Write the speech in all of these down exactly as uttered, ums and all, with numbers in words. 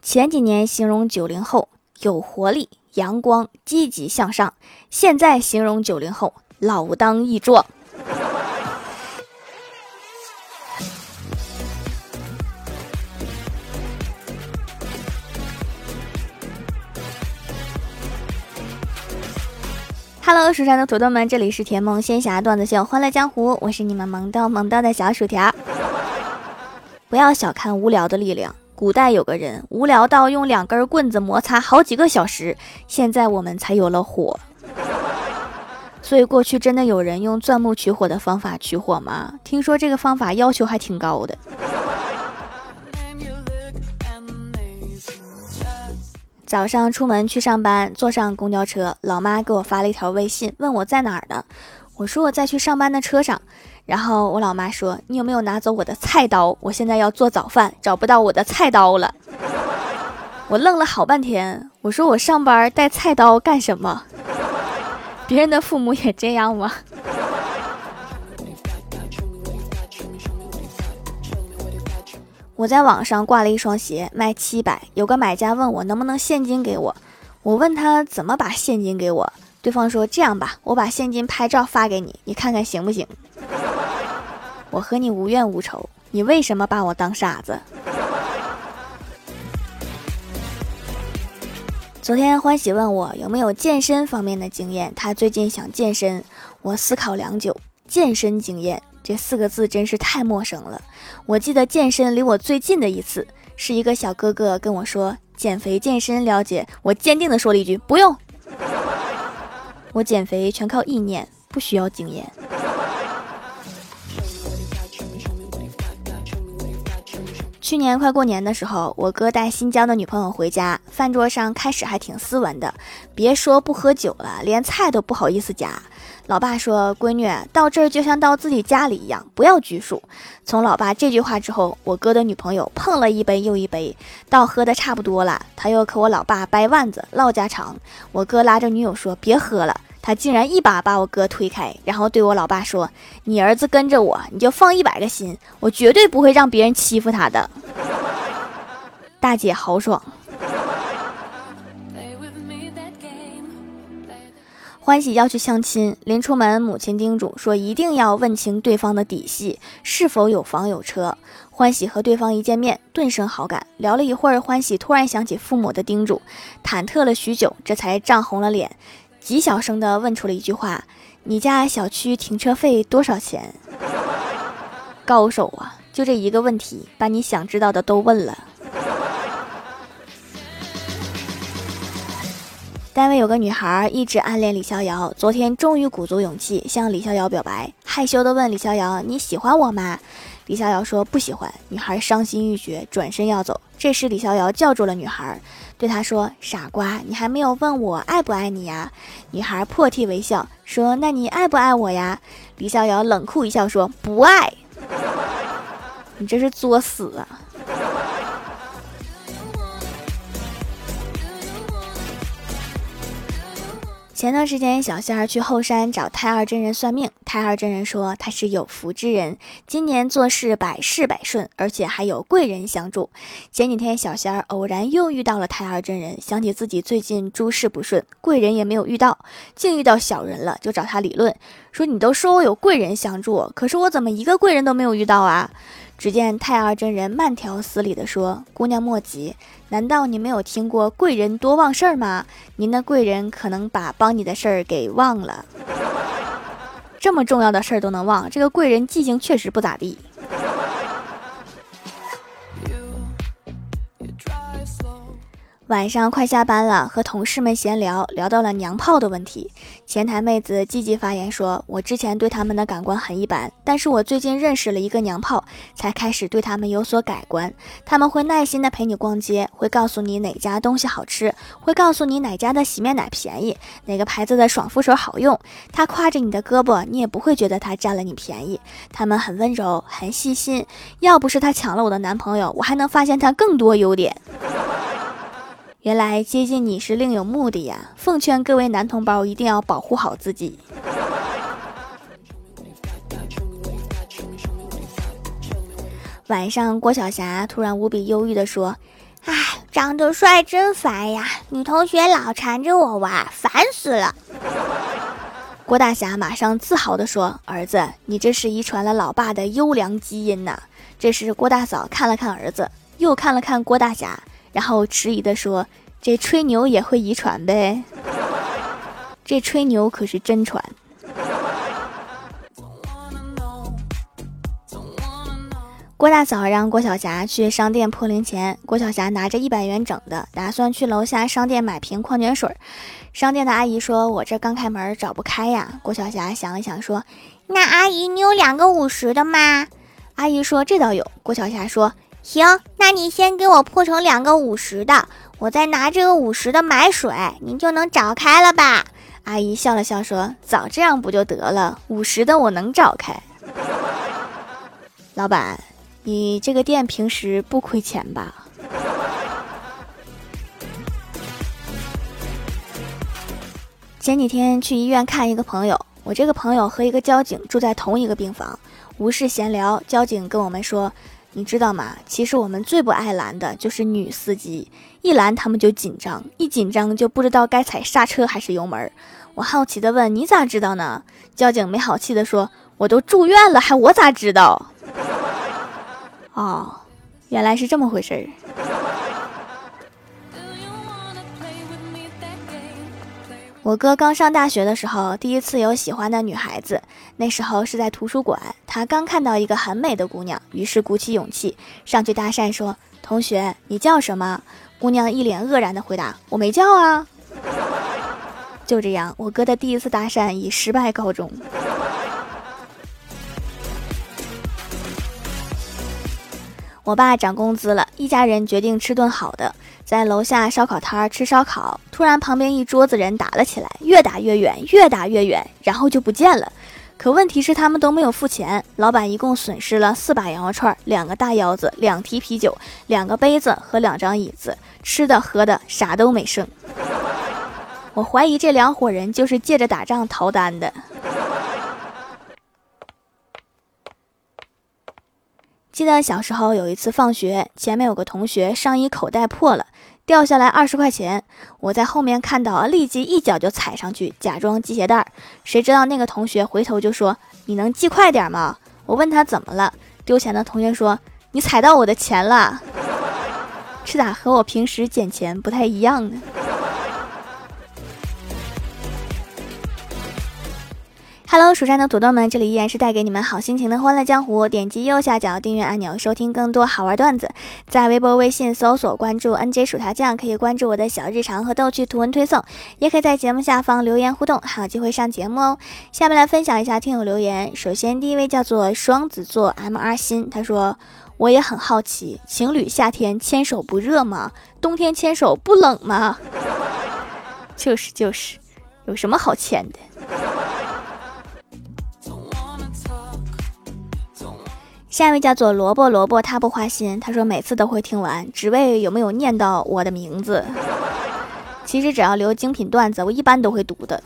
前几年形容九零后有活力、阳光、积极向上，现在形容九零后老当益壮。Hello， 蜀山的土豆们，这里是甜梦仙侠段子秀欢乐江湖，我是你们萌逗萌逗的小薯条。不要小看无聊的力量，古代有个人无聊到用两根棍子摩擦好几个小时，现在我们才有了火。所以过去真的有人用钻木取火的方法取火吗？听说这个方法要求还挺高的。早上出门去上班，坐上公交车，老妈给我发了一条微信，问我在哪儿呢？我说我在去上班的车上。然后我老妈说，你有没有拿走我的菜刀？我现在要做早饭，找不到我的菜刀了。我愣了好半天，我说我上班带菜刀干什么？别人的父母也这样吗？我在网上挂了一双鞋，卖七百，有个买家问我能不能现金给我，我问他怎么把现金给我，对方说这样吧，我把现金拍照发给你，你看看行不行？我和你无怨无仇，你为什么把我当傻子？昨天欢喜问我有没有健身方面的经验，他最近想健身，我思考良久，健身经验这四个字真是太陌生了。我记得健身离我最近的一次是一个小哥哥跟我说减肥健身了解，我坚定地说了一句不用。我减肥全靠意念，不需要经验。去年快过年的时候，我哥带新交的女朋友回家，饭桌上开始还挺斯文的，别说不喝酒了，连菜都不好意思夹。老爸说，闺女到这儿就像到自己家里一样，不要拘束。从老爸这句话之后，我哥的女朋友碰了一杯又一杯，到喝的差不多了，他又和我老爸掰腕子唠家常。我哥拉着女友说别喝了，他竟然一把把我哥推开，然后对我老爸说，你儿子跟着我，你就放一百个心，我绝对不会让别人欺负他的。大姐豪爽。欢喜要去相亲，临出门母亲叮嘱说一定要问清对方的底细，是否有房有车。欢喜和对方一见面顿生好感，聊了一会儿，欢喜突然想起父母的叮嘱，忐忑了许久，这才涨红了脸，极小声地问出了一句话，你家小区停车费多少钱？高手啊，就这一个问题把你想知道的都问了。单位有个女孩一直暗恋李逍遥，昨天终于鼓足勇气向李逍遥表白，害羞地问李逍遥，你喜欢我吗？李逍遥说不喜欢。女孩伤心欲绝，转身要走，这时李逍遥叫住了女孩，对她说，傻瓜，你还没有问我爱不爱你呀？女孩破涕为笑说，那你爱不爱我呀？李逍遥冷酷一笑说，不爱。你这是作死啊。前段时间小仙儿去后山找太二真人算命，太二真人说他是有福之人，今年做事百事百顺，而且还有贵人相助。前几天小仙儿偶然又遇到了太二真人，想起自己最近诸事不顺，贵人也没有遇到，竟遇到小人了，就找他理论，说你都说我有贵人相助，可是我怎么一个贵人都没有遇到啊？只见太二真人慢条斯理地说，姑娘莫急，难道你没有听过贵人多忘事儿吗？您的贵人可能把帮你的事儿给忘了。这么重要的事儿都能忘，这个贵人记性确实不咋地。晚上快下班了，和同事们闲聊，聊到了娘炮的问题。前台妹子积极发言说，我之前对他们的感官很一般，但是我最近认识了一个娘炮，才开始对他们有所改观。他们会耐心的陪你逛街，会告诉你哪家东西好吃，会告诉你哪家的洗面奶便宜，哪个牌子的爽肤水好用。他挎着你的胳膊，你也不会觉得他占了你便宜。他们很温柔，很细心，要不是他抢了我的男朋友，我还能发现他更多优点。原来接近你是另有目的呀！奉劝各位男同胞一定要保护好自己。晚上郭晓霞突然无比忧郁地说， 唉，长得帅真烦呀，女同学老缠着我玩，烦死了。 郭大侠马上自豪地说：儿子，你这是遗传了老爸的优良基因呐。这时郭大嫂看了看儿子，又看了看郭大侠，然后迟疑地说：这吹牛也会遗传呗。这吹牛可是真传。郭大嫂让郭晓霞去商店破零钱，郭晓霞拿着一百元整的，打算去楼下商店买瓶矿泉水。商店的阿姨说：我这刚开门找不开呀。郭晓霞想了想说： 那阿姨你有两个五十的吗？ 阿姨说：这倒有。郭晓霞说： 行，那你先给我破成两个五十的，我再拿这个五十的买水，你就能找开了吧。 阿姨笑了笑说：早这样不就得了，五十的我能找开。老板，你这个店平时不亏钱吧？前几天去医院看一个朋友，我这个朋友和一个交警住在同一个病房，无事闲聊，交警跟我们说，你知道吗？其实我们最不爱拦的就是女司机，一拦他们就紧张，一紧张就不知道该踩刹车还是油门。我好奇地问，你咋知道呢？交警没好气地说，我都住院了，还我咋知道？哦，原来是这么回事儿。我哥刚上大学的时候，第一次有喜欢的女孩子，那时候是在图书馆，他刚看到一个很美的姑娘，于是鼓起勇气上去搭讪说，同学你叫什么？姑娘一脸愕然的回答，我没叫啊。就这样，我哥的第一次搭讪以失败告终。我爸涨工资了，一家人决定吃顿好的，在楼下烧烤摊吃烧烤，突然旁边一桌子人打了起来，越打越远，越打越远，然后就不见了。可问题是他们都没有付钱，老板一共损失了四把羊肉串，两个大腰子，两提啤酒，两个杯子和两张椅子，吃的喝的啥都没剩。我怀疑这两伙人就是借着打仗逃单的。记得小时候有一次放学，前面有个同学上衣口袋破了，掉下来二十块钱，我在后面看到，立即一脚就踩上去，假装系鞋带。谁知道那个同学回头就说，你能系快点吗？我问他怎么了，丢钱的同学说，你踩到我的钱了。这咋和我平时捡钱不太一样呢？Hello， 蜀山的土豆们，这里依然是带给你们好心情的欢乐江湖。点击右下角订阅按钮，收听更多好玩段子。在微博、微信搜索关注 N J 薯条酱，可以关注我的小日常和逗趣图文推送，也可以在节目下方留言互动，还有机会上节目哦。下面来分享一下听友留言。首先第一位叫做双子座 M R 心，他说，我也很好奇，情侣夏天牵手不热吗？冬天牵手不冷吗？就是就是有什么好牵的。下一位叫做萝卜萝卜他不花心，他说每次都会听完，只为有没有念到我的名字。其实只要留精品段子，我一般都会读的。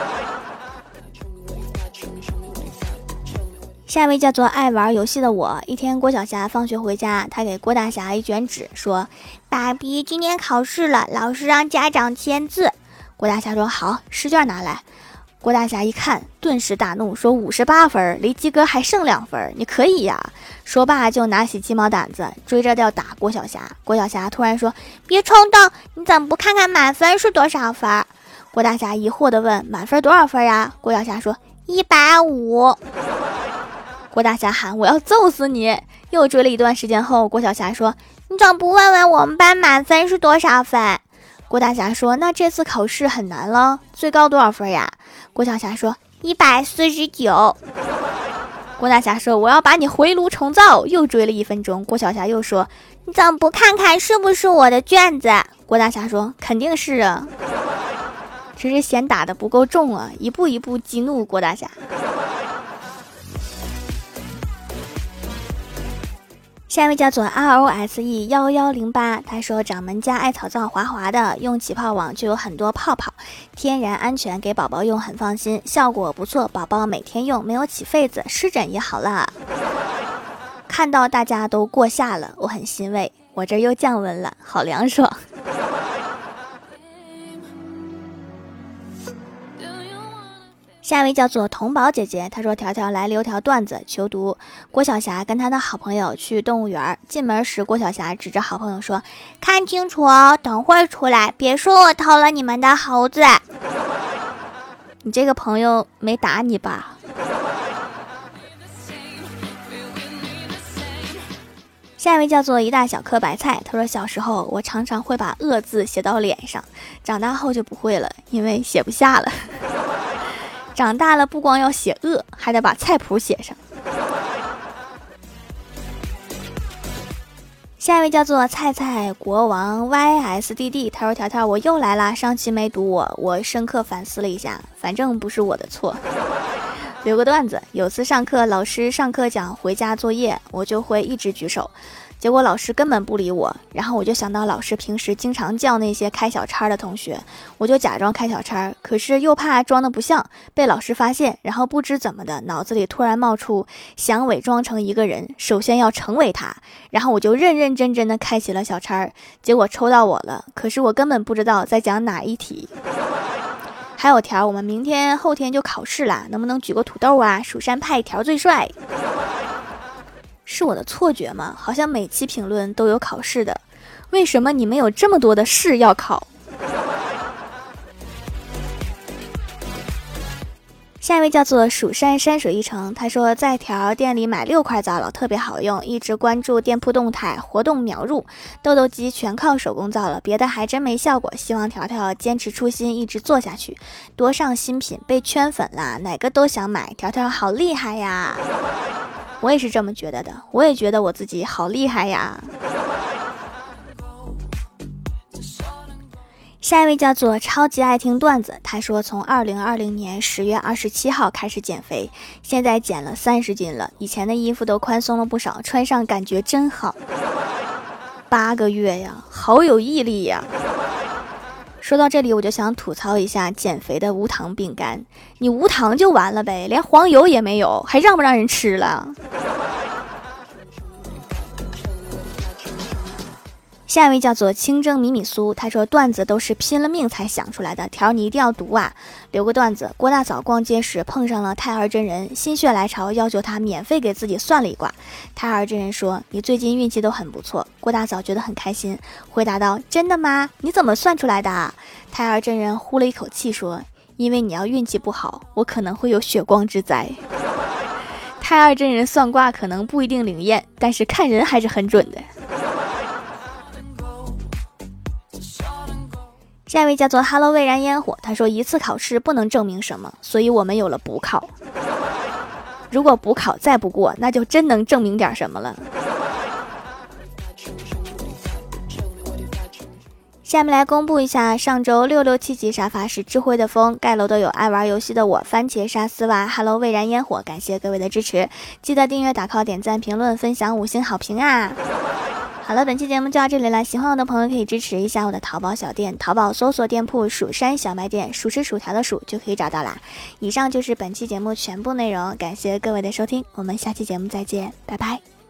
下一位叫做爱玩游戏的我，一天郭晓霞放学回家，他给郭大侠一卷纸说， 爸比今天考试了，老师让家长签字。 郭大侠说好，试卷拿来。郭大侠一看，顿时大怒，说五十八分，离及格还剩两分，你可以呀。说罢就拿起鸡毛掸子，追着要打郭晓霞。郭晓霞突然说， 别冲动，你怎么不看看满分是多少分？ 郭大侠疑惑地问，满分多少分呀？郭晓霞说一百五。 郭大侠喊，我要揍死你。又追了一段时间后，郭晓霞说， 你怎么不问问我们班满分是多少分？ 郭大侠说，那这次考试很难了，最高多少分呀？郭晓霞说一百四十九。 郭大侠说，我要把你回炉重造。又追了一分钟，郭晓霞又说， 你怎么不看看是不是我的卷子？ 郭大侠说，肯定是啊，只是嫌打得不够重啊，一步一步激怒郭大侠。下一位叫做 R O S E 一一零八，他说掌门家爱草皂滑滑的，用起泡网就有很多泡泡，天然安全，给宝宝用很放心，效果不错，宝宝每天用没有起痱子，湿疹也好了。看到大家都过夏了，我很欣慰， 我这又降温了，好凉爽。下一位叫做童宝姐姐，她说条条来留条段子求读。郭晓霞跟她的好朋友去动物园，进门时郭晓霞指着好朋友说， 看清楚哦，等会儿出来，别说我偷了你们的猴子。 你这个朋友没打你吧？下一位叫做一大小颗白菜，他说小时候我常常会把恶字写到脸上，长大后就不会了，因为写不下了。长大了不光要写恶，还得把菜谱写上。下一位叫做菜菜国王 Y S D D， 他说条条我又来啦，上期没读我，我深刻反思了一下，反正不是我的错。留个段子，有次上课，老师上课讲回家作业，我就会一直举手，结果老师根本不理我，然后我就想到老师平时经常叫那些开小差的同学，我就假装开小差，可是又怕装的不像被老师发现，然后不知怎么的脑子里突然冒出想伪装成一个人，首先要成为他，然后我就认认真真的开启了小差，结果抽到我了，可是我根本不知道在讲哪一题。还有条，我们明天后天就考试啦，能不能举个土豆啊？蜀山派条最帅。是我的错觉吗？好像每期评论都有考试的，为什么你们有这么多的试要考？下一位叫做蜀山山水一程，他说在条店里买六块皂了，特别好用，一直关注店铺动态，活动秒入，痘痘肌全靠手工皂了，别的还真没效果，希望条条坚持初心，一直做下去，多上新品，被圈粉啦，哪个都想买，条条好厉害呀！我也是这么觉得的，我也觉得我自己好厉害呀。下一位叫做超级爱听段子，他说从二零二零年十月二十七号开始减肥，现在减了三十斤了，以前的衣服都宽松了不少，穿上感觉真好。八个月呀，好有毅力呀。说到这里我就想吐槽一下减肥的无糖饼干，你无糖就完了呗，连黄油也没有，还让不让人吃了？下一位叫做清蒸米米酥，他说段子都是拼了命才想出来的，条你一定要读啊。留个段子，郭大嫂逛街时碰上了太二真人，心血来潮要求他免费给自己算了一卦。太二真人说，你最近运气都很不错。郭大嫂觉得很开心，回答道，真的吗？你怎么算出来的？太二真人呼了一口气说，因为你要运气不好，我可能会有血光之灾。太二真人算卦可能不一定灵验，但是看人还是很准的。下一位叫做 Hello 蔚然烟火，他说一次考试不能证明什么，所以我们有了补考。如果补考再不过，那就真能证明点什么了。下面来公布一下上周六六七级沙发是智慧的风，盖楼都有爱玩游戏的我，番茄沙丝袜 Hello 蔚然烟火，感谢各位的支持，记得订阅打 call 点赞评论分享五星好评啊。好了，本期节目就到这里了，喜欢我的朋友可以支持一下我的淘宝小店，淘宝搜索店铺蜀山小卖店，数是薯条的数就可以找到啦。以上就是本期节目全部内容，感谢各位的收听，我们下期节目再见，拜拜。